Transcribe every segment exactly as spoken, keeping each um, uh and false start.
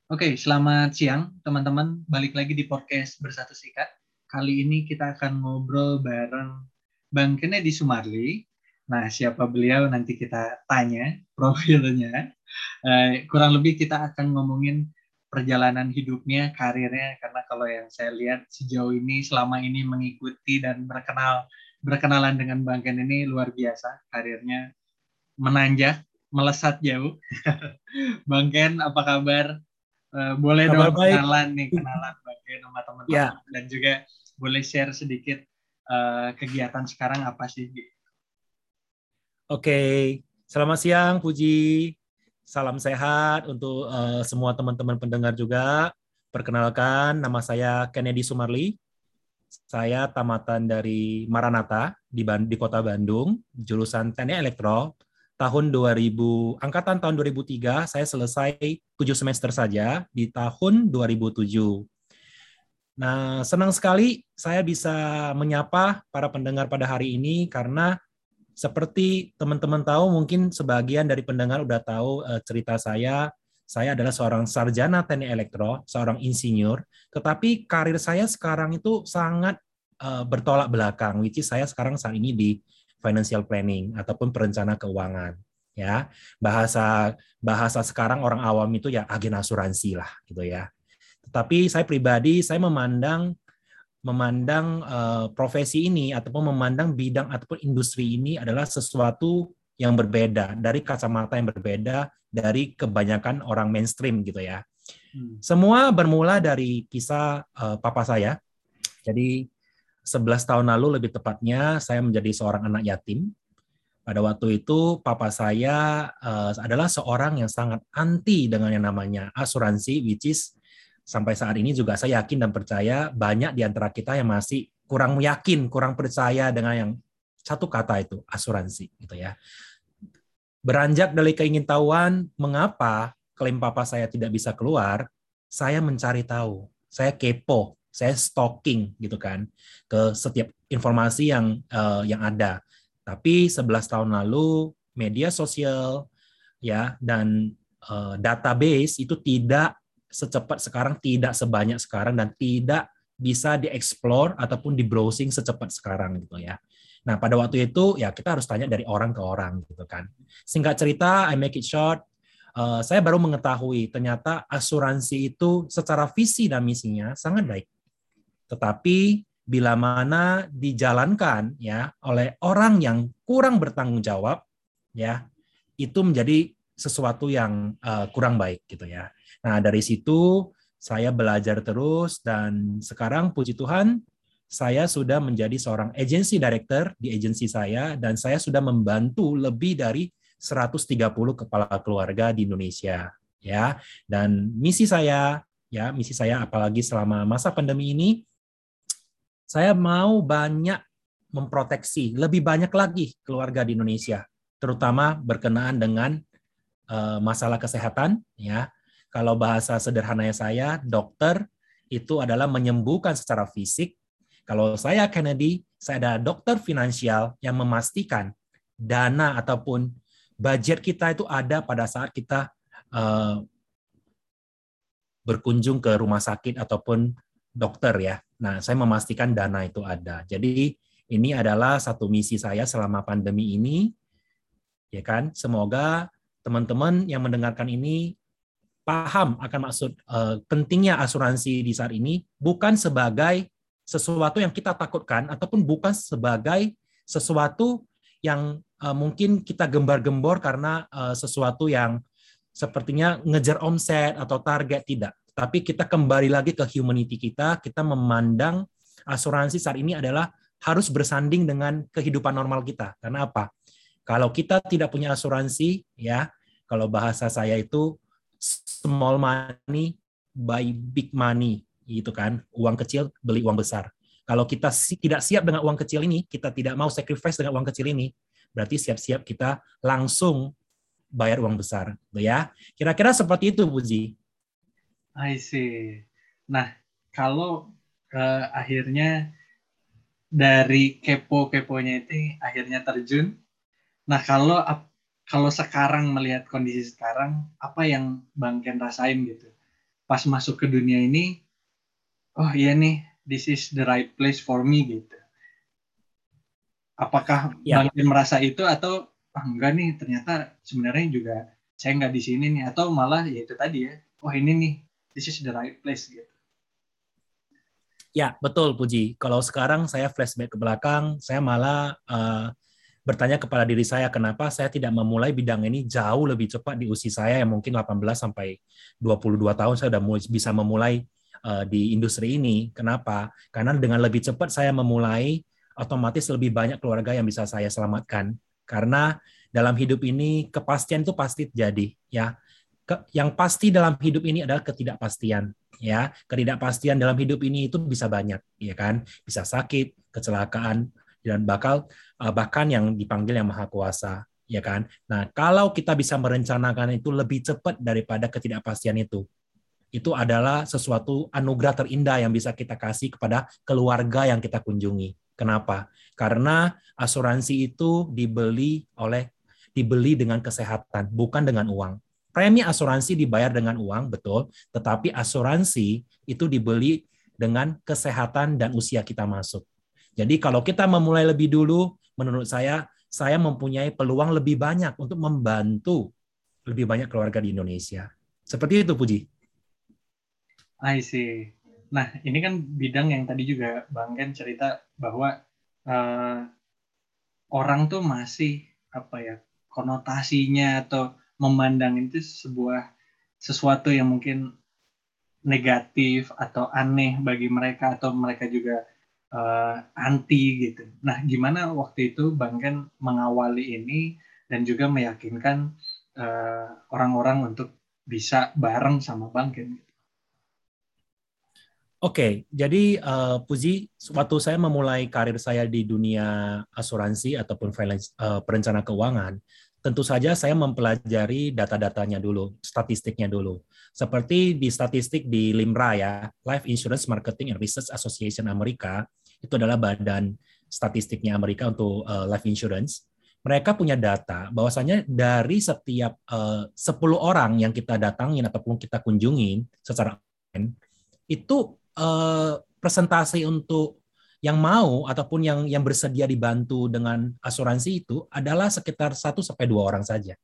Oke, selamat siang teman-teman. Balik lagi di podcast Bersatu Sikat. Kali ini kita akan ngobrol bareng Bang Kennedy Sumarli. Nah, siapa beliau nanti kita tanya profilnya. Eh, kurang lebih kita akan ngomongin perjalanan hidupnya, karirnya, karena kalau yang saya lihat sejauh ini, selama ini mengikuti dan berkenal berkenalan dengan Bang Ken ini luar biasa, karirnya menanjak, melesat jauh. Bang Ken, apa kabar? Eh, boleh dong Kabar baik. kenalan nih, kenalan Bang Ken sama teman-teman Ya, dan juga boleh share sedikit eh, kegiatan sekarang apa sih? oke. Selamat siang, Puji. Salam sehat untuk eh, semua teman-teman pendengar juga. Perkenalkan, nama saya Kennedy Sumarli. Saya tamatan dari Maranatha di, Ban- di Kota Bandung, jurusan Teknik Elektro. Tahun dua ribu, angkatan tahun dua ribu tiga, saya selesai tujuh semester saja di tahun dua ribu tujuh. Nah, senang sekali saya bisa menyapa para pendengar pada hari ini karena seperti teman-teman tahu, mungkin sebagian dari pendengar udah tahu uh, cerita saya. Saya adalah seorang sarjana teknik elektro, seorang insinyur. Tetapi karir saya sekarang itu sangat uh, bertolak belakang, which is saya sekarang saat ini di financial planning ataupun perencana keuangan. Ya, bahasa bahasa sekarang orang awam itu ya agen asuransi lah, gitu ya. Tetapi saya pribadi, saya memandang memandang uh, profesi ini ataupun memandang bidang ataupun industri ini adalah sesuatu yang berbeda dari kacamata yang berbeda dari kebanyakan orang mainstream gitu ya. Hmm. Semua bermula dari kisah uh, papa saya. Jadi sebelas tahun lalu lebih tepatnya saya menjadi seorang anak yatim. Pada waktu itu papa saya uh, adalah seorang yang sangat anti dengan yang namanya asuransi, which is sampai saat ini juga saya yakin dan percaya banyak di antara kita yang masih kurang yakin, kurang percaya dengan yang satu kata itu, asuransi gitu ya. Beranjak dari keingintahuan mengapa klaim papa saya tidak bisa keluar, saya mencari tahu, saya kepo, saya stalking gitu kan ke setiap informasi yang uh, yang ada. Tapi sebelas tahun lalu media sosial ya dan uh, database itu tidak secepat sekarang, tidak sebanyak sekarang dan tidak bisa dieksplor ataupun di browsing secepat sekarang gitu ya. Nah, pada waktu itu ya kita harus tanya dari orang ke orang gitu kan. Singkat cerita, I make it short, uh, saya baru mengetahui ternyata asuransi itu secara visi dan misinya sangat baik. Tetapi bila mana dijalankan ya oleh orang yang kurang bertanggung jawab ya itu menjadi sesuatu yang uh, kurang baik gitu ya. Nah, dari situ saya belajar terus dan sekarang puji Tuhan saya sudah menjadi seorang agency director di agensi saya dan saya sudah membantu lebih dari seratus tiga puluh kepala keluarga di Indonesia ya. Dan misi saya ya, misi saya apalagi selama masa pandemi ini saya mau banyak memproteksi lebih banyak lagi keluarga di Indonesia, terutama berkenaan dengan uh, masalah kesehatan. Ya, kalau bahasa sederhananya saya, dokter itu adalah menyembuhkan secara fisik. Kalau saya Kennedy, saya adalah dokter finansial yang memastikan dana ataupun budget kita itu ada pada saat kita uh, berkunjung ke rumah sakit ataupun dokter ya. Nah, saya memastikan dana itu ada. Jadi ini adalah satu misi saya selama pandemi ini, ya kan? Semoga teman-teman yang mendengarkan ini paham akan maksud uh, pentingnya asuransi di saat ini bukan sebagai sesuatu yang kita takutkan ataupun bukan sebagai sesuatu yang uh, mungkin kita gembar-gembor karena uh, sesuatu yang sepertinya ngejar omset atau target, tidak. Tapi kita kembali lagi ke humanity kita, kita memandang asuransi saat ini adalah harus bersanding dengan kehidupan normal kita. Karena apa? Kalau kita tidak punya asuransi, ya, kalau bahasa saya itu small money buy big money, gitu kan? Uang kecil beli uang besar. Kalau kita tidak siap dengan uang kecil ini, kita tidak mau sacrifice dengan uang kecil ini, berarti siap-siap kita langsung bayar uang besar, gitu ya. Kira-kira seperti itu, Puji. I see. Nah, kalau eh, akhirnya dari kepo-keponya itu akhirnya terjun. Nah, kalau kalau sekarang melihat kondisi sekarang, apa yang Bang Ken rasain gitu? pas masuk ke dunia ini, oh iya nih, this is the right place for me gitu. Apakah Ya, Bang Ken merasa itu atau ah, enggak nih, ternyata sebenarnya juga saya nggak di sini nih, atau malah ya itu tadi ya, oh ini nih, this is the right place gitu. ya betul Puji. Kalau sekarang saya flashback ke belakang, saya malah uh, bertanya kepada diri saya kenapa saya tidak memulai bidang ini jauh lebih cepat di usia saya yang mungkin delapan belas sampai dua puluh dua tahun saya sudah bisa memulai uh, di industri ini. Kenapa? Karena dengan lebih cepat saya memulai, otomatis lebih banyak keluarga yang bisa saya selamatkan. Karena dalam hidup ini kepastian itu pasti terjadi, ya. Ke, yang pasti dalam hidup ini adalah ketidakpastian, ya. Ketidakpastian dalam hidup ini itu bisa banyak, ya kan? Bisa sakit, kecelakaan, dan bakal uh, bahkan yang dipanggil yang maha kuasa, ya kan? Nah, kalau kita bisa merencanakan itu lebih cepat daripada ketidakpastian itu, itu adalah sesuatu anugerah terindah yang bisa kita kasih kepada keluarga yang kita kunjungi. Kenapa? Karena asuransi itu dibeli oleh dibeli dengan kesehatan, bukan dengan uang. Premi asuransi dibayar dengan uang, betul, tetapi asuransi itu dibeli dengan kesehatan dan usia kita masuk. Jadi kalau kita memulai lebih dulu, menurut saya, saya mempunyai peluang lebih banyak untuk membantu lebih banyak keluarga di Indonesia. Seperti itu, Puji. I see. Nah, ini kan bidang yang tadi juga Bang Ken cerita bahwa uh, orang tuh masih apa ya, konotasinya atau memandang itu sebuah sesuatu yang mungkin negatif atau aneh bagi mereka, atau mereka juga uh, anti gitu. Nah, gimana waktu itu Bang Ken mengawali ini dan juga meyakinkan uh, orang-orang untuk bisa bareng sama Bang Ken? Oke, jadi uh, Puji, waktu saya memulai karir saya di dunia asuransi ataupun finance, uh, perencana keuangan, tentu saja saya mempelajari data-datanya dulu, statistiknya dulu. Seperti di statistik di LIMRA ya, Life Insurance Marketing and Research Association Amerika, itu adalah badan statistiknya Amerika untuk uh, life insurance. Mereka punya data bahwasanya dari setiap uh, sepuluh orang yang kita datangin ataupun kita kunjungin secara online, itu eh, presentasi untuk yang mau ataupun yang yang bersedia dibantu dengan asuransi itu adalah sekitar satu sampai dua orang saja.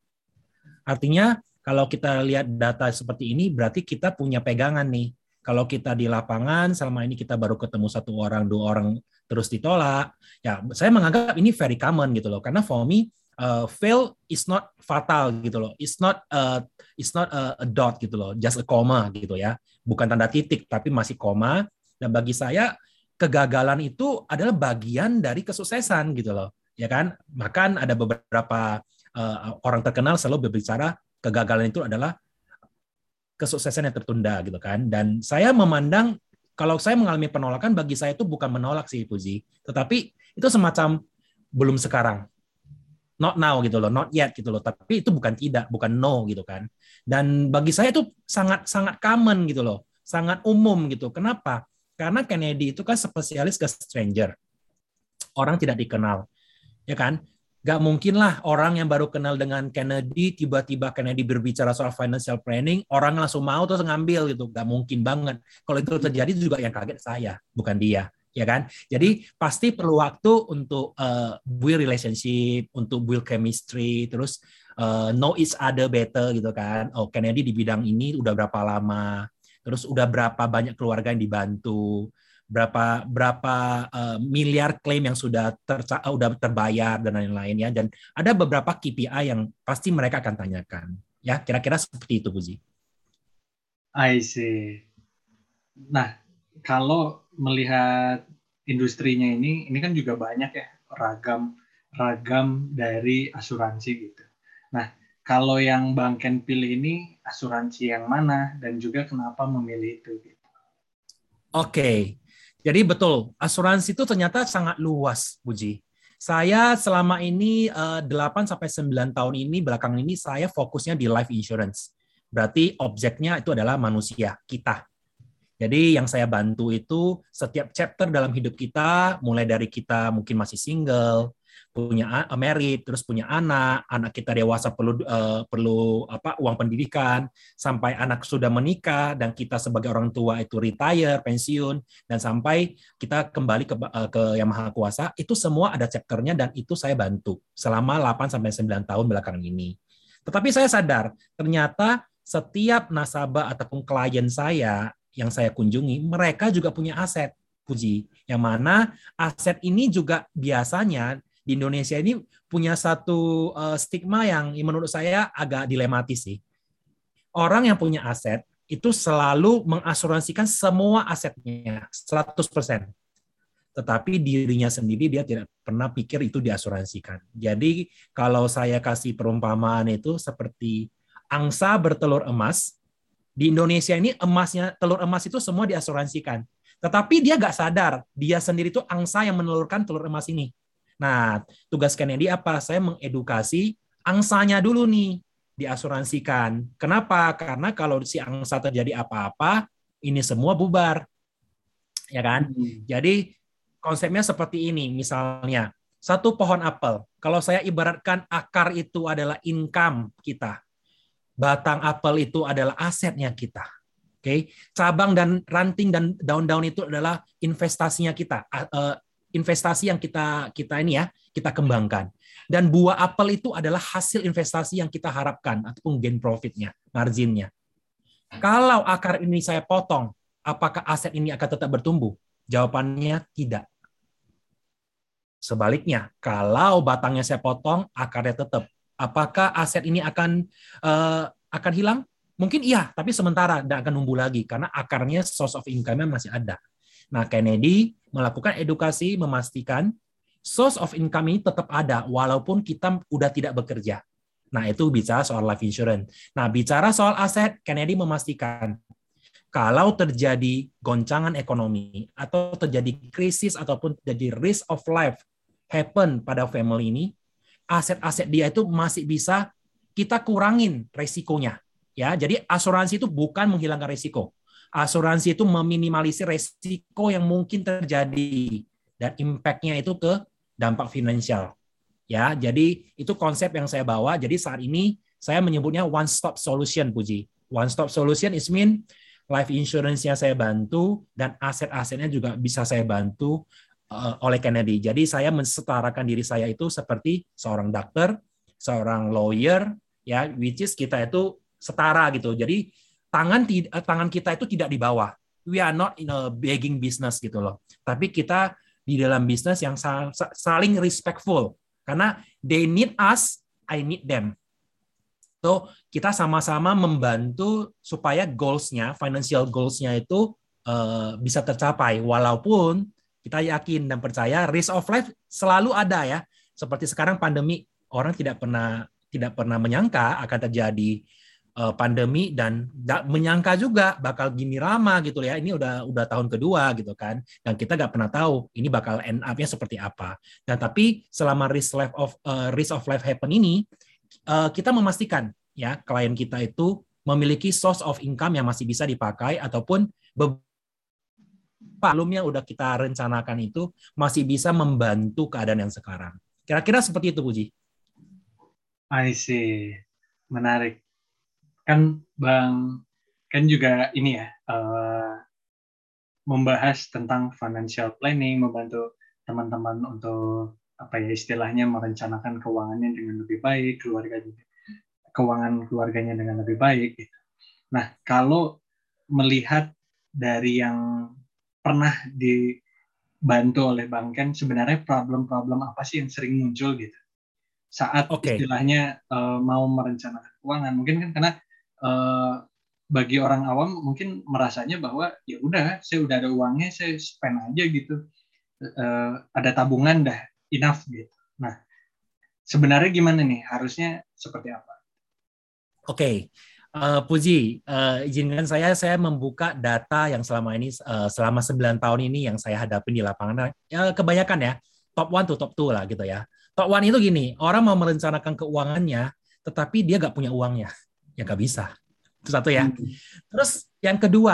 Artinya kalau kita lihat data seperti ini berarti kita punya pegangan nih. Kalau kita di lapangan selama ini kita baru ketemu satu orang, dua orang terus ditolak. Ya, saya menganggap ini very common gitu loh. Karena for me uh, fail is not fatal gitu loh. It's not uh, it's not a, a dot gitu loh, just a comma gitu ya. Bukan tanda titik tapi masih koma. Dan bagi saya kegagalan itu adalah bagian dari kesuksesan gitu loh. Ya kan? Bahkan ada beberapa uh, orang terkenal selalu berbicara kegagalan itu adalah kesuksesan yang tertunda gitu kan. Dan saya memandang kalau saya mengalami penolakan, bagi saya itu bukan menolak sih Puji, tetapi itu semacam belum sekarang, not now gitu loh, not yet gitu loh. Tapi itu bukan tidak, bukan no gitu kan. Dan bagi saya itu sangat sangat common gitu loh, sangat umum gitu. Kenapa? Karena Kennedy itu kan spesialis ke stranger, orang tidak dikenal, ya kan? Gak mungkin lah orang yang baru kenal dengan Kennedy, tiba-tiba Kennedy berbicara soal financial planning, orang langsung mau terus ngambil gitu. Gak mungkin banget. Kalau itu terjadi juga yang kaget saya, bukan dia. Ya kan? Jadi pasti perlu waktu untuk uh, build relationship, untuk build chemistry, terus uh, know each other better gitu kan. Oh, Kennedy di bidang ini udah berapa lama, terus udah berapa banyak keluarga yang dibantu, berapa berapa uh, miliar klaim yang sudah terca- udah terbayar dan lain-lain ya, dan ada beberapa K P I yang pasti mereka akan tanyakan ya, kira-kira seperti itu Puji. I see. Nah, kalau melihat industrinya ini, ini kan juga banyak ya ragam ragam dari asuransi gitu. Nah, kalau yang Bang Ken pilih ini asuransi yang mana dan juga kenapa memilih itu? Gitu. Oke, jadi betul asuransi itu ternyata sangat luas, Puji. Saya selama ini delapan sampai sembilan tahun ini belakang ini saya fokusnya di life insurance. Berarti objeknya itu adalah manusia, kita. Jadi yang saya bantu itu setiap chapter dalam hidup kita, mulai dari kita mungkin masih single, punya uh, merit, terus punya anak, anak kita dewasa perlu uh, perlu apa uang pendidikan, sampai anak sudah menikah dan kita sebagai orang tua itu retire, pensiun, dan sampai kita kembali ke uh, ke Yang Maha Kuasa, itu semua ada chapternya dan itu saya bantu selama delapan sampai sembilan tahun belakangan ini. Tetapi saya sadar ternyata setiap nasabah ataupun klien saya yang saya kunjungi, mereka juga punya aset, Puji, yang mana aset ini juga biasanya di Indonesia ini punya satu uh, stigma yang menurut saya agak dilematis sih. Orang yang punya aset itu selalu mengasuransikan semua asetnya seratus persen. Tetapi dirinya sendiri dia tidak pernah pikir itu diasuransikan. Jadi kalau saya kasih perumpamaan itu seperti angsa bertelur emas, di Indonesia ini emasnya, telur emas itu semua diasuransikan. Tetapi dia nggak sadar, dia sendiri itu angsa yang menelurkan telur emas ini. Nah, tugas Kennedy apa? Saya mengedukasi angsanya dulu nih, diasuransikan. Kenapa? Karena kalau si angsa terjadi apa-apa, ini semua bubar. Ya kan? Hmm. Jadi, konsepnya seperti ini. Misalnya, satu pohon apel. Kalau saya ibaratkan akar itu adalah income kita. Batang apel itu adalah asetnya kita. Oke, okay? Cabang dan ranting dan daun-daun itu adalah investasinya kita. Uh, investasi yang kita kita ini ya kita kembangkan, dan buah apel itu adalah hasil investasi yang kita harapkan ataupun gain profitnya, marginnya. Kalau akar ini saya potong, apakah aset ini akan tetap bertumbuh? Jawabannya tidak. Sebaliknya, kalau batangnya saya potong, akarnya tetap. Apakah aset ini akan uh, akan hilang? Mungkin iya, tapi sementara tidak akan tumbuh lagi karena akarnya source of income-nya masih ada. Nah, Kennedy melakukan edukasi memastikan source of income ini tetap ada walaupun kita udah tidak bekerja. Nah, itu bicara soal life insurance. Nah, bicara soal aset, Kennedy memastikan kalau terjadi goncangan ekonomi atau terjadi krisis ataupun terjadi risk of life happen pada family ini, aset-aset dia itu masih bisa kita kurangin resikonya. Ya, jadi asuransi itu bukan menghilangkan resiko. Asuransi itu meminimalisir resiko yang mungkin terjadi dan impact-nya itu ke dampak finansial. Ya, jadi itu konsep yang saya bawa. Jadi saat ini saya menyebutnya one stop solution, Puji. One stop solution is mean life insurance-nya saya bantu dan aset-asetnya juga bisa saya bantu uh, oleh Kennedy. Jadi saya mensetarakan diri saya itu seperti seorang dokter, seorang lawyer, ya, which is kita itu setara gitu. Jadi tangan tangan kita itu tidak di bawah. We are not in a begging business gitu loh. Tapi kita di dalam bisnis yang saling respectful. Karena they need us, I need them. So kita sama-sama membantu supaya goals-nya, financial goals-nya itu uh, bisa tercapai. Walaupun kita yakin dan percaya risk of life selalu ada ya. Seperti sekarang pandemi, orang tidak pernah tidak pernah menyangka akan terjadi pandemi dan gak menyangka juga bakal gini lama gitu ya. Ini udah udah tahun kedua gitu kan. Dan kita gak pernah tahu ini bakal end up-nya seperti apa. Dan tapi selama risk life of uh, risk of life happen ini uh, kita memastikan ya klien kita itu memiliki source of income yang masih bisa dipakai ataupun sebelumnya udah kita rencanakan itu masih bisa membantu keadaan yang sekarang. Kira-kira seperti itu, Puji. I see. Menarik. Kan Bang kan juga ini ya uh, membahas tentang financial planning, membantu teman-teman untuk apa ya istilahnya merencanakan keuangannya dengan lebih baik, keluarganya keuangan keluarganya dengan lebih baik gitu. Nah, kalau melihat dari yang pernah dibantu oleh Bang Ken, sebenarnya problem-problem apa sih yang sering muncul gitu saat okay. istilahnya uh, mau merencanakan keuangan? Mungkin kan karena Uh, bagi orang awam mungkin merasanya bahwa ya udah saya udah ada uangnya saya spend aja gitu, uh, ada tabungan dah enough gitu. Nah sebenarnya gimana nih, harusnya seperti apa? Oke, okay. uh, Puji, uh, izinkan saya saya membuka data yang selama ini uh, selama sembilan tahun ini yang saya hadapi di lapangan. Ya, kebanyakan ya top one to top two lah gitu ya. Top one itu gini, orang mau merencanakan keuangannya, tetapi dia nggak punya uangnya. Ya nggak bisa. Itu satu ya. Hmm. Terus yang kedua,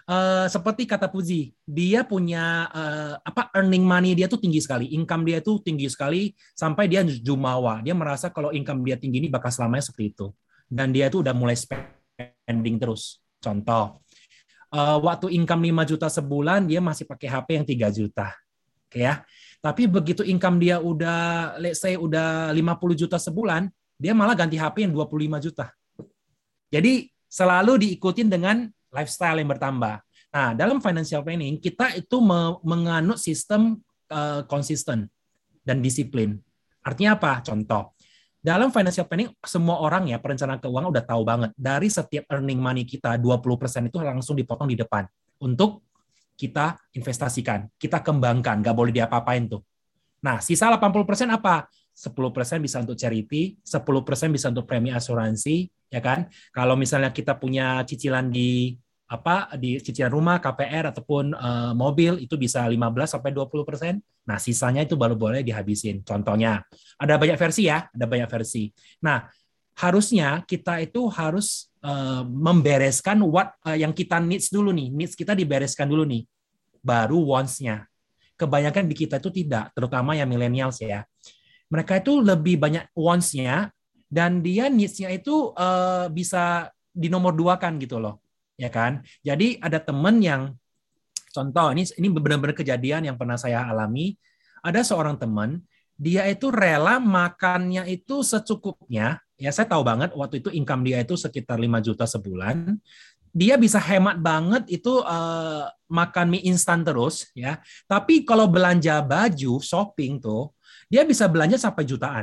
uh, seperti kata Puji, dia punya uh, apa earning money dia tuh tinggi sekali, income dia tuh tinggi sekali sampai dia jumawa. Dia merasa kalau income dia tinggi ini bakal selamanya seperti itu. Dan dia tuh udah mulai spending terus. Contoh, uh, waktu income lima juta sebulan dia masih pakai H P yang tiga juta. Oke ya. Tapi begitu income dia udah let's say udah lima puluh juta sebulan, dia malah ganti H P yang dua puluh lima juta. Jadi selalu diikutin dengan lifestyle yang bertambah. Nah, dalam financial planning kita itu menganut sistem uh, konsisten dan disiplin. Artinya apa? Contoh, dalam financial planning semua orang ya perencana keuangan udah tahu banget dari setiap earning money kita dua puluh persen itu langsung dipotong di depan untuk kita investasikan, kita kembangkan, nggak boleh diapa-apain tuh. Nah, sisa delapan puluh persen apa? sepuluh persen bisa untuk charity, sepuluh persen bisa untuk premi asuransi, ya kan? Kalau misalnya kita punya cicilan di apa di cicilan rumah, K P R ataupun uh, mobil itu bisa lima belas sampai dua puluh persen. Nah, sisanya itu baru boleh dihabisin. Contohnya, ada banyak versi ya, ada banyak versi. Nah, harusnya kita itu harus uh, membereskan what uh, yang kita needs dulu nih. Needs kita dibereskan dulu nih. Baru wants-nya. Kebanyakan di kita itu tidak, terutama yang millennials ya. Mereka itu lebih banyak wants-nya dan dia needs-nya itu uh, bisa dinomor duakan gitu loh, ya kan? Jadi ada teman yang contoh ini ini benar-benar kejadian yang pernah saya alami. Ada seorang teman, dia itu rela makannya itu secukupnya. Ya saya tahu banget waktu itu income dia itu sekitar lima juta sebulan. Dia bisa hemat banget itu uh, makan mie instan terus ya. Tapi kalau belanja baju, shopping tuh dia bisa belanja sampai jutaan.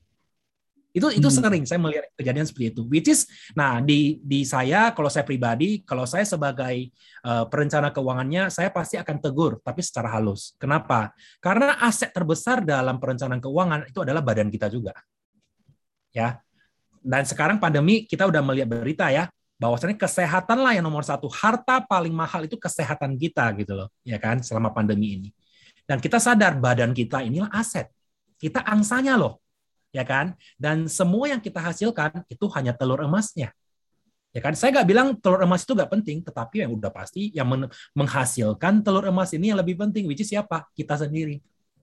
Itu itu Hmm. sering saya melihat kejadian seperti itu. Which is, nah di di saya kalau saya pribadi, kalau saya sebagai uh, perencana keuangannya, saya pasti akan tegur, tapi secara halus. Kenapa? Karena aset terbesar dalam perencanaan keuangan itu adalah badan kita juga. Ya. Dan sekarang pandemi kita udah melihat berita ya, bahwasanya kesehatan lah yang nomor satu. Harta paling mahal itu kesehatan kita gitu loh, ya kan? Selama pandemi ini. Dan kita sadar badan kita inilah aset. Kita angsanya loh, ya kan? Dan semua yang kita hasilkan itu hanya telur emasnya, ya kan? Saya nggak bilang telur emas itu nggak penting, tetapi yang udah pasti yang menghasilkan telur emas ini yang lebih penting, which is siapa? Kita sendiri.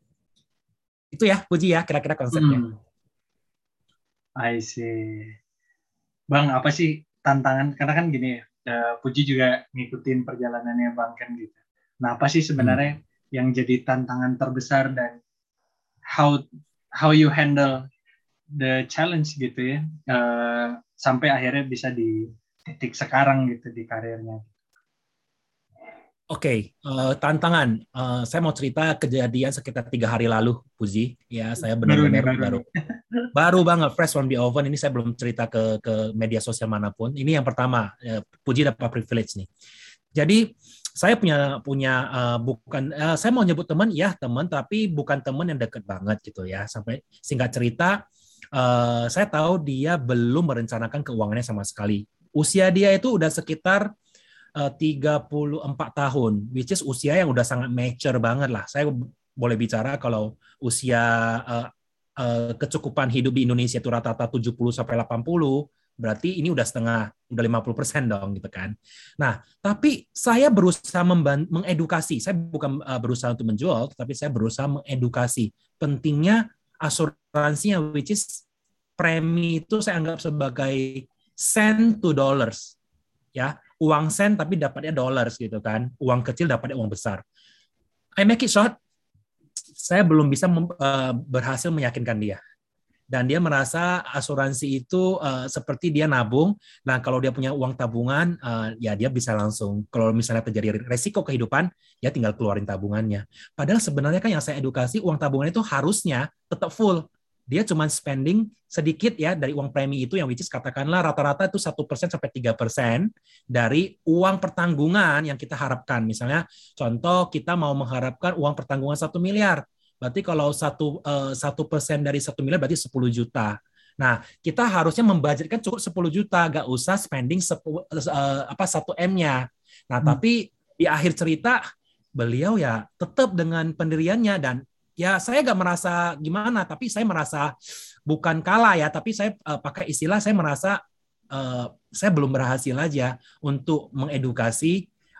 Itu ya, Puji ya, kira-kira konsepnya. Hmm. I see. Bang, apa sih tantangan? Karena kan gini ya, Puji juga ngikutin perjalanannya Bang kan gitu. Nah, apa sih sebenarnya hmm. yang jadi tantangan terbesar dan how how you handle the challenge gitu ya uh, sampai akhirnya bisa di titik sekarang gitu di karirnya. Oke, okay, uh, tantangan. Uh, saya mau cerita kejadian sekitar tiga hari lalu, Puji. Ya, saya benar-benar baru, baru, baru banget fresh from the oven. Ini saya belum cerita ke ke media sosial manapun. Ini yang pertama, uh, Puji dapat privilege nih. Jadi saya punya punya uh, bukan uh, saya mau nyebut teman ya teman tapi bukan teman yang dekat banget gitu ya. Sampai singkat cerita uh, saya tahu dia belum merencanakan keuangannya sama sekali. Usia dia itu udah sekitar uh, tiga puluh empat tahun, which is usia yang udah sangat mature banget lah. Saya boleh bicara kalau usia uh, uh, kecukupan hidup di Indonesia itu rata-rata tujuh puluh sampai delapan puluh. Berarti ini udah setengah, udah lima puluh persen dong gitu kan. Nah, tapi saya berusaha mengedukasi. Saya bukan uh, berusaha untuk menjual, tapi saya berusaha mengedukasi pentingnya asuransinya, which is premi itu saya anggap sebagai cent to dollars. Ya, uang sen tapi dapatnya dollars gitu kan. Uang kecil dapatnya uang besar. I make it short. Saya belum bisa uh, berhasil meyakinkan dia. Dan dia merasa asuransi itu uh, seperti dia nabung. Nah, kalau dia punya uang tabungan, uh, ya dia bisa langsung. Kalau misalnya terjadi resiko kehidupan, ya tinggal keluarin tabungannya. Padahal sebenarnya kan yang saya edukasi, uang tabungan itu harusnya tetap full. Dia cuma spending sedikit ya dari uang premi itu, yang which is katakanlah rata-rata itu satu persen sampai tiga persen dari uang pertanggungan yang kita harapkan. Misalnya, contoh kita mau mengharapkan uang pertanggungan satu miliar. Berarti kalau satu satu persen dari satu miliar berarti sepuluh juta. Nah, kita harusnya membudgetkan cukup sepuluh juta, gak usah spending sepuluh, uh, apa satu M-nya. Nah, hmm. tapi di akhir cerita beliau ya tetap dengan pendiriannya dan ya saya gak merasa gimana, tapi saya merasa bukan kalah ya, tapi saya uh, pakai istilah saya merasa uh, saya belum berhasil aja untuk mengedukasi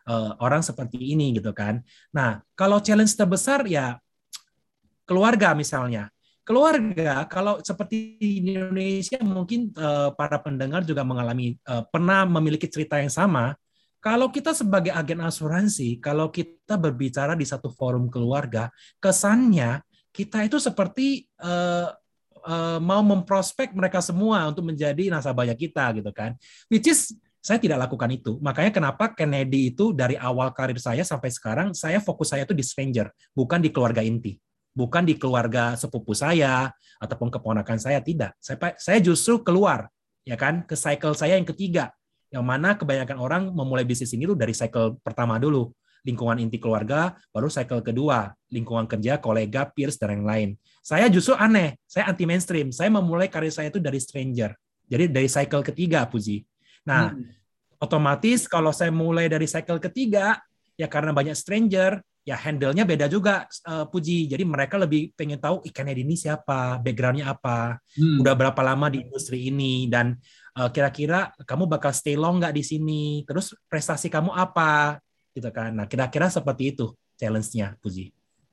uh, orang seperti ini gitu kan. Nah, kalau challenge terbesar ya keluarga misalnya. Keluarga, kalau seperti di Indonesia mungkin uh, para pendengar juga mengalami uh, pernah memiliki cerita yang sama. Kalau kita sebagai agen asuransi, kalau kita berbicara di satu forum keluarga, kesannya kita itu seperti uh, uh, mau memprospek mereka semua untuk menjadi nasabahnya kita gitu kan. Which is saya tidak lakukan itu. Makanya kenapa Kennedy itu dari awal karir saya sampai sekarang saya fokus saya itu di stranger, bukan di keluarga inti. Bukan di keluarga sepupu saya ataupun keponakan saya, tidak. Saya saya justru keluar ya kan ke cycle saya yang ketiga, yang mana kebanyakan orang memulai bisnis ini tuh dari cycle pertama dulu, lingkungan inti keluarga, baru cycle kedua, lingkungan kerja, kolega, peers dan yang lain. Saya justru aneh, saya anti mainstream. Saya memulai karir saya itu dari stranger. Jadi dari cycle ketiga, Puji. Nah, hmm. otomatis kalau saya mulai dari cycle ketiga, ya karena banyak stranger, ya handle-nya beda juga, uh, Puji. Jadi mereka lebih pengen tahu ikan ini siapa, background-nya apa, hmm. udah berapa lama di industri ini, dan uh, kira-kira kamu bakal stay long nggak di sini, terus prestasi kamu apa, gitu kan. Nah, kira-kira seperti itu challenge-nya, Puji.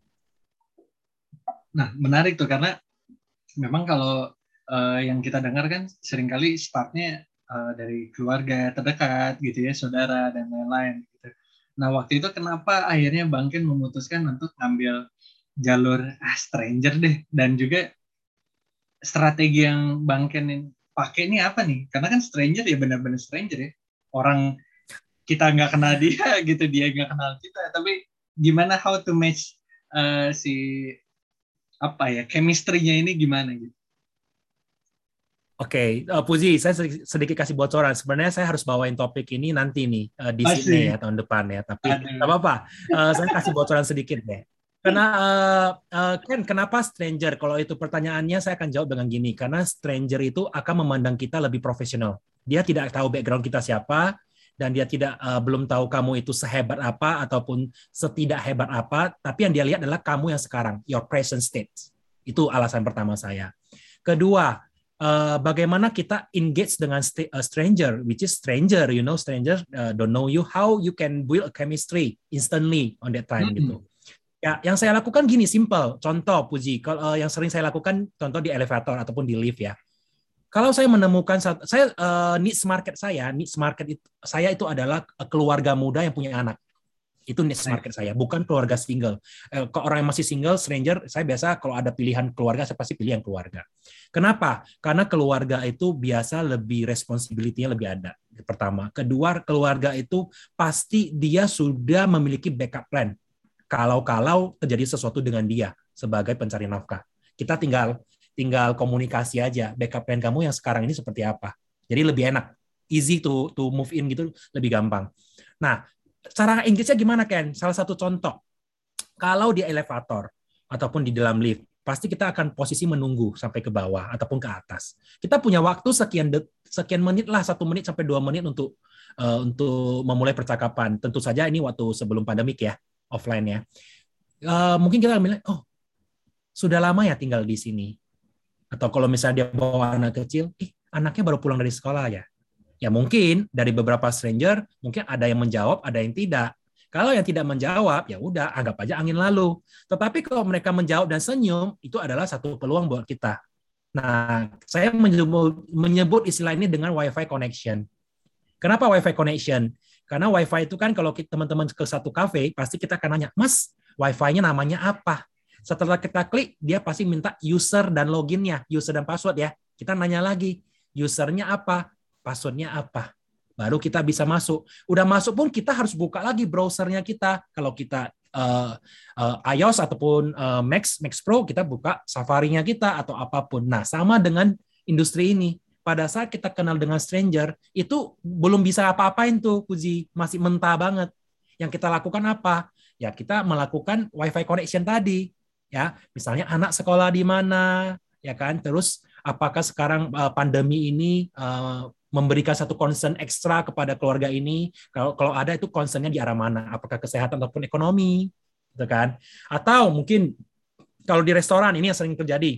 Nah, menarik tuh, karena memang kalau uh, yang kita dengar kan seringkali start-nya uh, dari keluarga terdekat, gitu ya, saudara, dan lain-lain, gitu. Nah, waktu itu kenapa akhirnya Bang Ken memutuskan untuk ngambil jalur ah, stranger deh, dan juga strategi yang Bang Ken pakai ini apa nih? Karena kan stranger ya benar-benar stranger ya. Orang kita nggak kenal dia gitu, dia nggak kenal kita. Tapi gimana how to match uh, si apa ya, chemistry-nya ini gimana gitu? Oke, okay. uh, Puji, saya sedikit kasih bocoran. Sebenarnya saya harus bawain topik ini nanti nih uh, di Sydney ya tahun depan ya. Tapi nggak apa-apa, uh, saya kasih bocoran sedikit deh. Karena uh, uh, kan kenapa stranger? Kalau itu pertanyaannya, saya akan jawab dengan gini. Karena stranger itu akan memandang kita lebih profesional. Dia tidak tahu background kita siapa, dan dia tidak uh, belum tahu kamu itu sehebat apa ataupun setidak hebat apa. Tapi yang dia lihat adalah kamu yang sekarang, your present state. Itu alasan pertama saya. Kedua, Uh, bagaimana kita engage dengan st- uh, stranger, which is stranger, you know, stranger uh, don't know you, how you can build a chemistry instantly on that time, mm-hmm. gitu. Ya, yang saya lakukan gini, simple. Contoh, Puji, kalau uh, yang sering saya lakukan, contoh di elevator ataupun di lift ya. Kalau saya menemukan, saya uh, needs market saya, needs market itu, saya itu adalah keluarga muda yang punya anak. Itu niche market saya, bukan keluarga single. Eh, kalau orang yang masih single, stranger, saya biasa kalau ada pilihan keluarga, saya pasti pilih yang keluarga. Kenapa? Karena keluarga itu biasa lebih responsibility-nya lebih ada. Pertama. Kedua, keluarga itu pasti dia sudah memiliki backup plan. Kalau-kalau terjadi sesuatu dengan dia sebagai pencari nafkah. Kita tinggal tinggal komunikasi aja. Backup plan kamu yang sekarang ini seperti apa. Jadi lebih enak. Easy to to move in gitu, lebih gampang. Nah, cara engage-nya gimana, Ken? Salah satu contoh, kalau di elevator ataupun di dalam lift, pasti kita akan posisi menunggu sampai ke bawah ataupun ke atas. Kita punya waktu sekian de- sekian menit lah, satu menit sampai dua menit untuk uh, untuk memulai percakapan. Tentu saja ini waktu sebelum pandemik ya, offline ya. Uh, mungkin kita bilang, oh sudah lama ya tinggal di sini. Atau kalau misalnya dia bawa anak kecil, ih anaknya baru pulang dari sekolah ya. Ya mungkin dari beberapa stranger mungkin ada yang menjawab, ada yang tidak. Kalau yang tidak menjawab, ya udah anggap aja angin lalu. Tetapi kalau mereka menjawab dan senyum, itu adalah satu peluang buat kita. Nah, saya menyebut istilah ini dengan Wi-Fi connection. Kenapa Wi-Fi connection? Karena Wi-Fi itu kan kalau teman-teman ke satu kafe, pasti kita akan nanya, Mas, Wi-Fi-nya namanya apa? Setelah kita klik, dia pasti minta user dan loginnya, user dan password ya. Kita nanya lagi, usernya apa? Passwordnya apa, baru kita bisa masuk. Udah masuk pun kita harus buka lagi browsernya kita. Kalau kita uh, uh, iOS ataupun uh, Mac, Mac Pro, kita buka Safari-nya kita atau apapun. Nah, sama dengan industri ini. Pada saat kita kenal dengan stranger, itu belum bisa apa-apain tuh, Puji. Masih mentah banget. Yang kita lakukan apa? Ya, kita melakukan Wi-Fi connection tadi. Ya, misalnya anak sekolah di mana, ya kan? Terus apakah sekarang uh, pandemi ini uh, memberikan satu concern ekstra kepada keluarga ini, kalau kalau ada itu concernnya di arah mana, apakah kesehatan ataupun ekonomi, gitu kan? Atau mungkin kalau di restoran ini yang sering terjadi,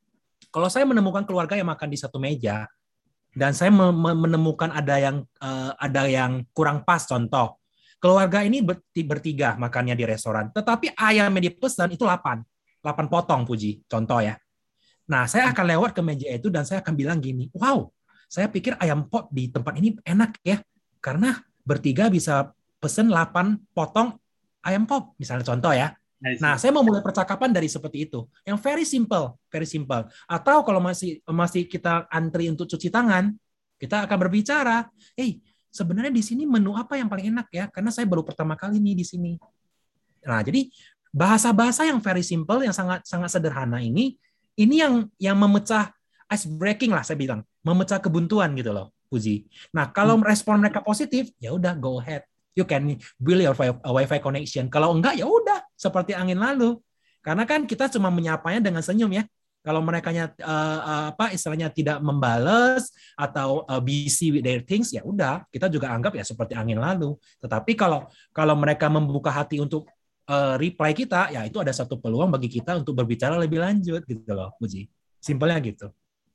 kalau saya menemukan keluarga yang makan di satu meja dan saya menemukan ada yang uh, ada yang kurang pas, contoh keluarga ini bertiga makannya di restoran, tetapi ayamnya dipesan itu delapan. delapan potong, Puji. Contoh ya. Nah, saya akan lewat ke meja itu dan saya akan bilang gini, wow, saya pikir ayam pop di tempat ini enak ya, karena bertiga bisa pesen delapan potong ayam pop, misalnya contoh ya. Nah, saya mau mulai percakapan dari seperti itu, yang very simple, very simple. Atau kalau masih masih kita antri untuk cuci tangan, kita akan berbicara, hey, sebenarnya di sini menu apa yang paling enak ya? Karena saya baru pertama kali nih di sini. Nah, jadi bahasa-bahasa yang very simple, yang sangat sangat sederhana ini, ini yang yang memecah ice breaking lah saya bilang, memecah kebuntuan gitu loh, Puji. Nah, kalau respon mereka positif, ya udah go ahead. You can build your Wi-Fi connection. Kalau enggak, ya udah seperti angin lalu. Karena kan kita cuma menyapanya dengan senyum ya. Kalau mereka uh, apa istilahnya tidak membales atau uh, busy with their things, ya udah kita juga anggap ya seperti angin lalu. Tetapi kalau kalau mereka membuka hati untuk uh, reply kita, ya itu ada satu peluang bagi kita untuk berbicara lebih lanjut gitu loh, Puji. Simpelnya gitu.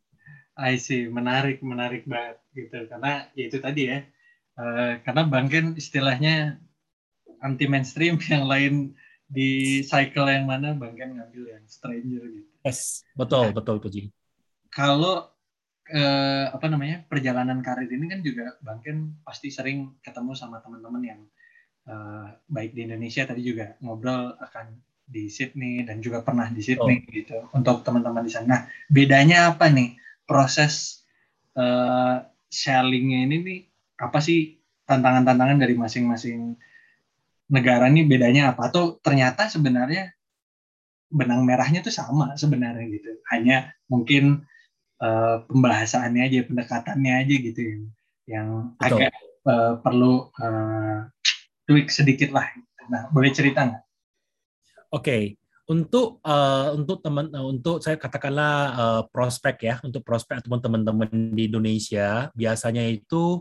I see, menarik, menarik banget gitu. Karena ya itu tadi ya. Uh, karena bank kan istilahnya anti mainstream, yang lain di cycle yang mana bank kan ngambil yang stranger gitu. Yes, betul, nah, betul Puji. Kalau uh, apa namanya perjalanan karir ini kan juga bank kan pasti sering ketemu sama teman-teman yang uh, baik di Indonesia, tadi juga ngobrol akan di Sydney dan juga pernah di Sydney oh. gitu. Untuk teman-teman di sana, nah, bedanya apa nih proses uh, sharing-nya ini nih? Apa sih tantangan-tantangan dari masing-masing negara nih, bedanya apa? Atau ternyata sebenarnya benang merahnya tuh sama sebenarnya gitu. Hanya mungkin uh, pembahasannya aja, pendekatannya aja gitu yang, yang agak uh, perlu uh, tweak sedikit lah. Nah, boleh cerita nggak? Oke. Okay. Untuk uh, untuk teman uh, untuk saya katakanlah uh, prospek ya, untuk prospek ataupun teman-teman di Indonesia biasanya itu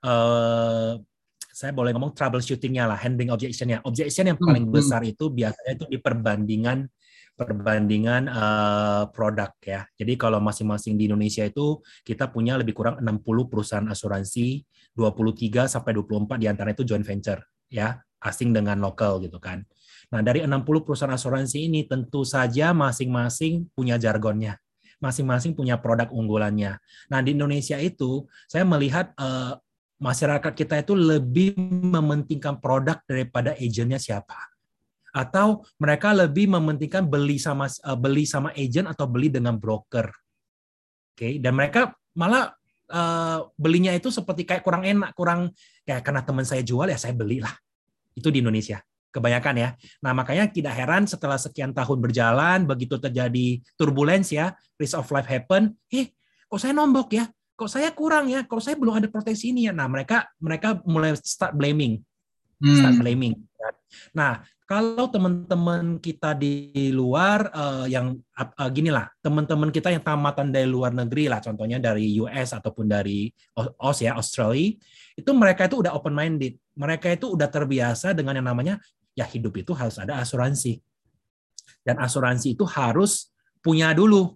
uh, saya boleh ngomong troubleshooting-nya lah, handling objection-nya. Objection yang paling hmm. besar itu biasanya itu di perbandingan perbandingan uh, produk ya. Jadi kalau masing-masing di Indonesia itu kita punya lebih kurang enam puluh perusahaan asuransi, dua puluh tiga sampai dua puluh empat di antara itu joint venture ya, asing dengan lokal gitu kan. Nah, dari enam puluh perusahaan asuransi ini tentu saja masing-masing punya jargonnya. Masing-masing punya produk unggulannya. Nah, di Indonesia itu saya melihat uh, masyarakat kita itu lebih mementingkan produk daripada agennya siapa. Atau mereka lebih mementingkan beli sama uh, beli sama agent atau beli dengan broker. Oke, okay? Dan mereka malah uh, belinya itu seperti kayak kurang enak, kurang kayak karena teman saya jual ya saya belilah. Itu di Indonesia. Kebanyakan ya. Nah, makanya tidak heran setelah sekian tahun berjalan, begitu terjadi turbulensi ya, risk of life happen, eh, kok saya nombok ya? Kok saya kurang ya? Kok saya belum ada proteksi ini ya? Nah, mereka mereka mulai start blaming. Start hmm. blaming. Nah, kalau teman-teman kita di luar uh, yang uh, ginilah, teman-teman kita yang tamatan dari luar negeri lah, contohnya dari U S ataupun dari Aus ya, Australia, itu mereka itu udah open minded. Mereka itu udah terbiasa dengan yang namanya ya hidup itu harus ada asuransi. Dan asuransi itu harus punya dulu.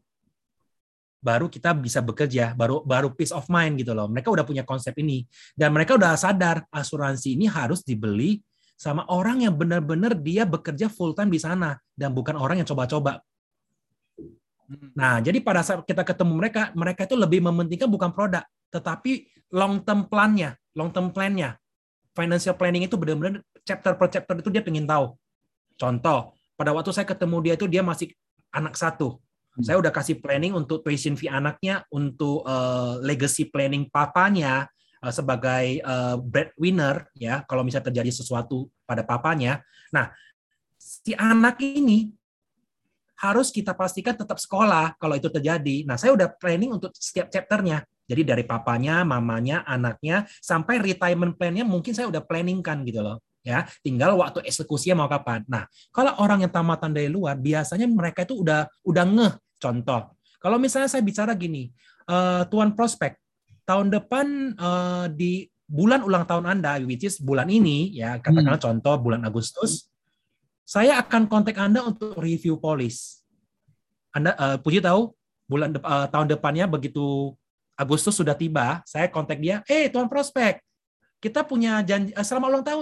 Baru kita bisa bekerja, baru baru peace of mind gitu loh. Mereka udah punya konsep ini. Dan mereka udah sadar asuransi ini harus dibeli sama orang yang benar-benar dia bekerja full time di sana dan bukan orang yang coba-coba. Nah, jadi pada saat kita ketemu mereka, mereka itu lebih mementingkan bukan produk, tetapi long term plan-nya, long term plan-nya. Financial planning itu benar-benar chapter per chapter itu dia pengen tahu. Contoh, pada waktu saya ketemu dia itu dia masih anak satu. Saya udah kasih planning untuk tuition fee anaknya, untuk uh, legacy planning papanya uh, sebagai uh, breadwinner ya, kalau misalnya terjadi sesuatu pada papanya. Nah, si anak ini harus kita pastikan tetap sekolah kalau itu terjadi. Nah, saya udah planning untuk setiap chapternya. Jadi dari papanya, mamanya, anaknya, sampai retirement plan-nya mungkin saya udah planningkan gitu loh. Ya, tinggal waktu eksekusinya mau kapan. Nah, kalau orang yang tamatan dari luar, biasanya mereka itu udah udah ngeh. Contoh, kalau misalnya saya bicara gini, uh, Tuan Prospek, tahun depan uh, di bulan ulang tahun Anda, which is bulan ini, ya katakanlah hmm. contoh bulan Agustus, saya akan kontak Anda untuk review polis. Anda, uh, Puji tahu, bulan de- uh, tahun depannya begitu Agustus sudah tiba, saya kontak dia, eh Tuan Prospek, kita punya janji, uh, selamat ulang tahun ya,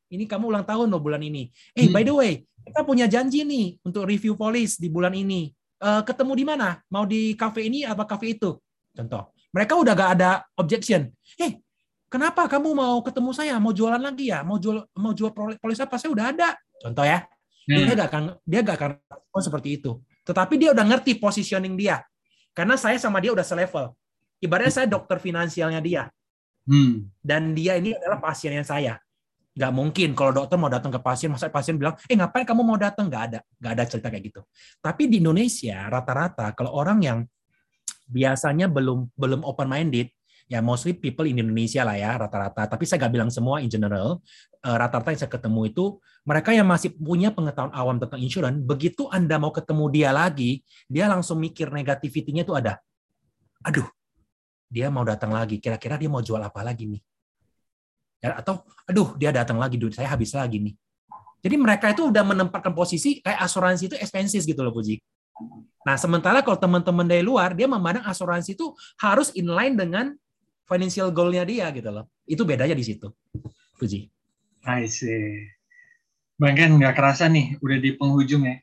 ini kamu ulang tahun loh bulan ini. Eh, by the way, kita punya janji nih untuk review polis di bulan ini. Uh, ketemu di mana? Mau di cafe ini apa cafe itu? Contoh. Mereka udah gak ada objection. Eh, kenapa kamu mau ketemu saya? Mau jualan lagi ya? Mau jual mau jual polis apa? Saya udah ada. Contoh ya. Dia gak akan dia gak akan oh, seperti itu. Tetapi dia udah ngerti positioning dia. Karena saya sama dia udah selevel. Ibaratnya saya dokter finansialnya dia. Hmm. Dan dia ini adalah pasiennya saya. Nggak mungkin kalau dokter mau datang ke pasien, masa pasien bilang, eh ngapain kamu mau datang? Nggak ada. Nggak ada cerita kayak gitu. Tapi di Indonesia, rata-rata kalau orang yang biasanya belum belum open-minded, ya mostly people in Indonesia lah ya, rata-rata. Tapi saya nggak bilang semua in general. Rata-rata yang saya ketemu itu, mereka yang masih punya pengetahuan awam tentang insurance, begitu Anda mau ketemu dia lagi, dia langsung mikir negativity-nya itu ada. Aduh, dia mau datang lagi, kira-kira dia mau jual apa lagi nih? Ya, atau, aduh, dia datang lagi, duit saya habis lagi nih. Jadi mereka itu udah menempatkan posisi kayak asuransi itu expenses gitu loh, Puji. Nah, sementara kalau teman-teman dari luar, dia memandang asuransi itu harus inline dengan financial goal-nya dia gitu loh. Itu bedanya di situ, Puji. I see. Bang Ken, nggak kerasa nih, udah di penghujung ya.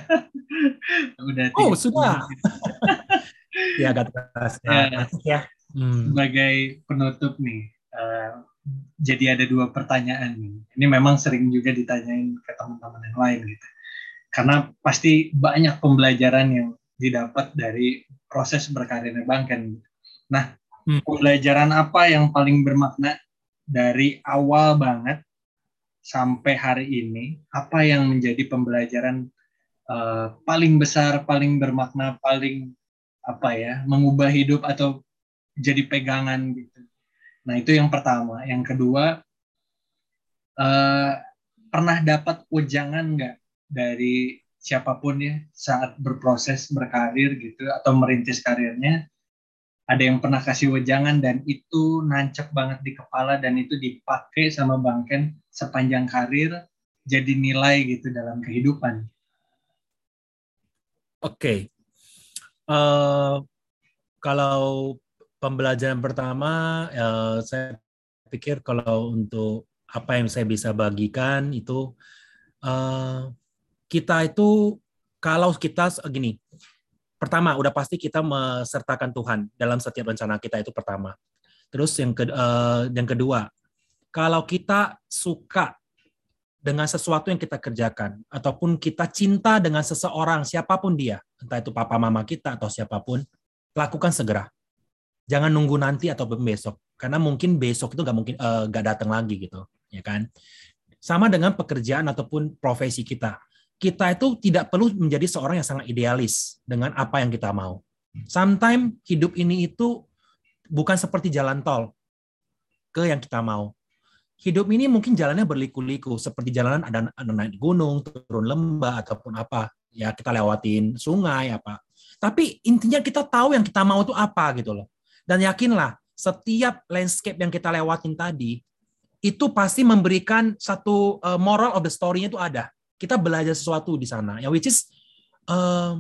Udah oh, sudah. Ya, agak terasa. Ya. ya. Hmm. Sebagai penutup nih, uh, jadi ada dua pertanyaan nih. Ini memang sering juga ditanyain ke teman-teman yang lain gitu. Karena pasti banyak pembelajaran yang didapat dari proses berkarirnya Bang Ken. Nah, hmm. pembelajaran apa yang paling bermakna dari awal banget sampai hari ini? Apa yang menjadi pembelajaran uh, paling besar, paling bermakna, paling apa ya, mengubah hidup atau jadi pegangan gitu. Nah, itu yang pertama. Yang kedua, uh, pernah dapat wejangan nggak dari siapapun ya saat berproses berkarir gitu atau merintis karirnya? Ada yang pernah kasih wejangan dan itu nancep banget di kepala dan itu dipakai sama Bang Ken sepanjang karir jadi nilai gitu dalam kehidupan. Oke. Okay. Uh, kalau pembelajaran pertama, uh, saya pikir kalau untuk apa yang saya bisa bagikan itu, uh, kita itu kalau kita gini, pertama udah pasti kita mensertakan Tuhan dalam setiap rencana kita itu pertama. Terus yang ke, uh, yang kedua, kalau kita suka dengan sesuatu yang kita kerjakan ataupun kita cinta dengan seseorang siapapun dia, entah itu papa mama kita atau siapapun, lakukan segera. Jangan nunggu nanti atau besok, karena mungkin besok itu nggak mungkin uh, nggak datang lagi gitu, ya kan? Sama dengan pekerjaan ataupun profesi kita. Kita itu tidak perlu menjadi seorang yang sangat idealis dengan apa yang kita mau. Sometimes hidup ini itu bukan seperti jalan tol ke yang kita mau. Hidup ini mungkin jalannya berliku-liku, seperti jalanan ada, ada naik gunung, turun lembah, ataupun apa. Ya kita lewatin sungai, apa. Tapi intinya kita tahu yang kita mau itu apa gitu loh. Dan yakinlah, setiap landscape yang kita lewatin tadi, itu pasti memberikan satu uh, moral of the story-nya itu ada. Kita belajar sesuatu di sana. Ya, which is, uh,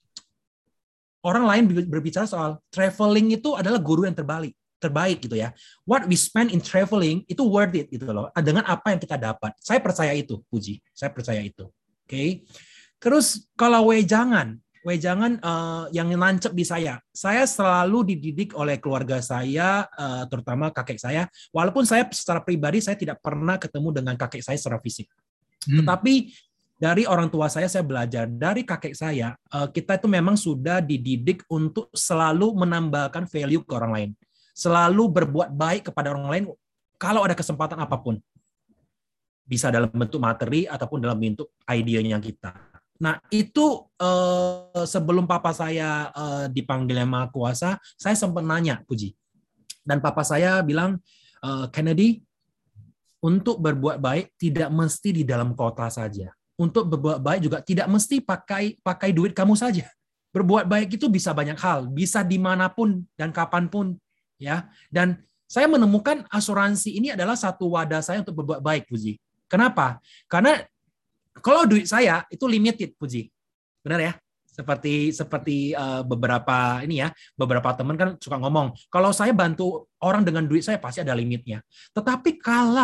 orang lain berbicara soal traveling itu adalah guru yang terbalik. terbaik gitu ya. What we spend in traveling itu worth it gitu loh. Dengan apa yang kita dapat. Saya percaya itu, Puji. Saya percaya itu. Oke. Okay? Terus kalau wejangan, wejangan uh, yang nancep di saya. Saya selalu dididik oleh keluarga saya, uh, terutama kakek saya. Walaupun saya secara pribadi saya tidak pernah ketemu dengan kakek saya secara fisik. Hmm. Tetapi dari orang tua saya, saya belajar. Dari kakek saya, uh, kita itu memang sudah dididik untuk selalu menambahkan value ke orang lain. Selalu berbuat baik kepada orang lain kalau ada kesempatan apapun. Bisa dalam bentuk materi ataupun dalam bentuk idenya kita. Nah, itu eh, sebelum papa saya eh, dipanggil Maha Kuasa, saya sempat nanya, Puji. Dan papa saya bilang, e, Kennedy, untuk berbuat baik tidak mesti di dalam kota saja. Untuk berbuat baik juga tidak mesti pakai pakai duit kamu saja. Berbuat baik itu bisa banyak hal, bisa dimanapun dan kapanpun. Ya, dan saya menemukan asuransi ini adalah satu wadah saya untuk berbuat baik, Puji. Kenapa? Karena kalau duit saya itu limited, Puji. Benar ya? Seperti seperti uh, beberapa ini ya, beberapa teman kan suka ngomong, kalau saya bantu orang dengan duit saya pasti ada limitnya. Tetapi kalau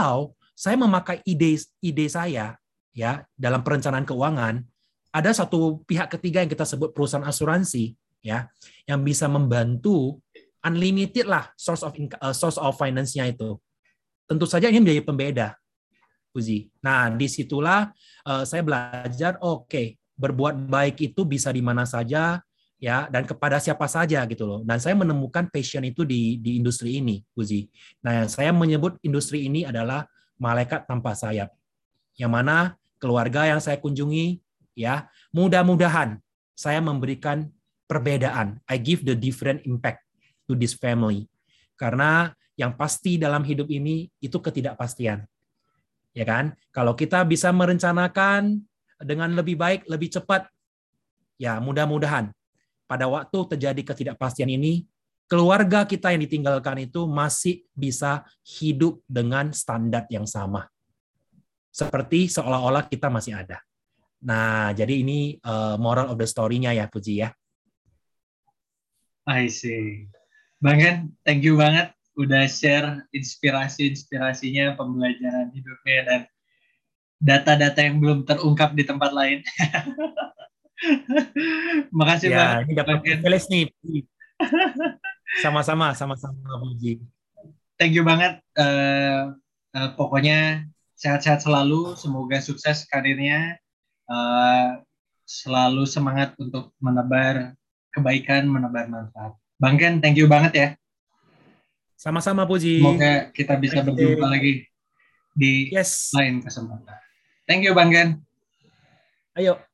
saya memakai ide ide saya ya dalam perencanaan keuangan, ada satu pihak ketiga yang kita sebut perusahaan asuransi ya, yang bisa membantu unlimited lah source of income, uh, source of finance-nya itu. Tentu saja ini menjadi pembeda, Uzi. Nah, disitulah uh, saya belajar, oke, okay, berbuat baik itu bisa di mana saja ya, dan kepada siapa saja gitu loh. Dan saya menemukan passion itu di di industri ini, Uzi. Nah, saya menyebut industri ini adalah malaikat tanpa sayap. Yang mana keluarga yang saya kunjungi ya, mudah-mudahan saya memberikan perbedaan. I give the different impact to this family. Karena yang pasti dalam hidup ini itu ketidakpastian. Ya kan? Kalau kita bisa merencanakan dengan lebih baik, lebih cepat, ya mudah-mudahan pada waktu terjadi ketidakpastian ini, keluarga kita yang ditinggalkan itu masih bisa hidup dengan standar yang sama. Seperti seolah-olah kita masih ada. Nah, jadi ini uh, moral of the story-nya ya, Puji ya. I see. Bang Ken, thank you banget udah share inspirasi-inspirasinya, pembelajaran hidupnya, dan data-data yang belum terungkap di tempat lain. Makasih ya, banget. Ini dapat privilege nih. Sama-sama, sama-sama Puji. Thank you banget. Uh, uh, pokoknya sehat-sehat selalu, semoga sukses karirnya, uh, selalu semangat untuk menebar kebaikan, menebar manfaat. Bang Ken, thank you banget ya. Sama-sama Puji. Semoga kita bisa Thank berjumpa you. lagi di yes. lain kesempatan. Thank you Bang Ken. Ayo.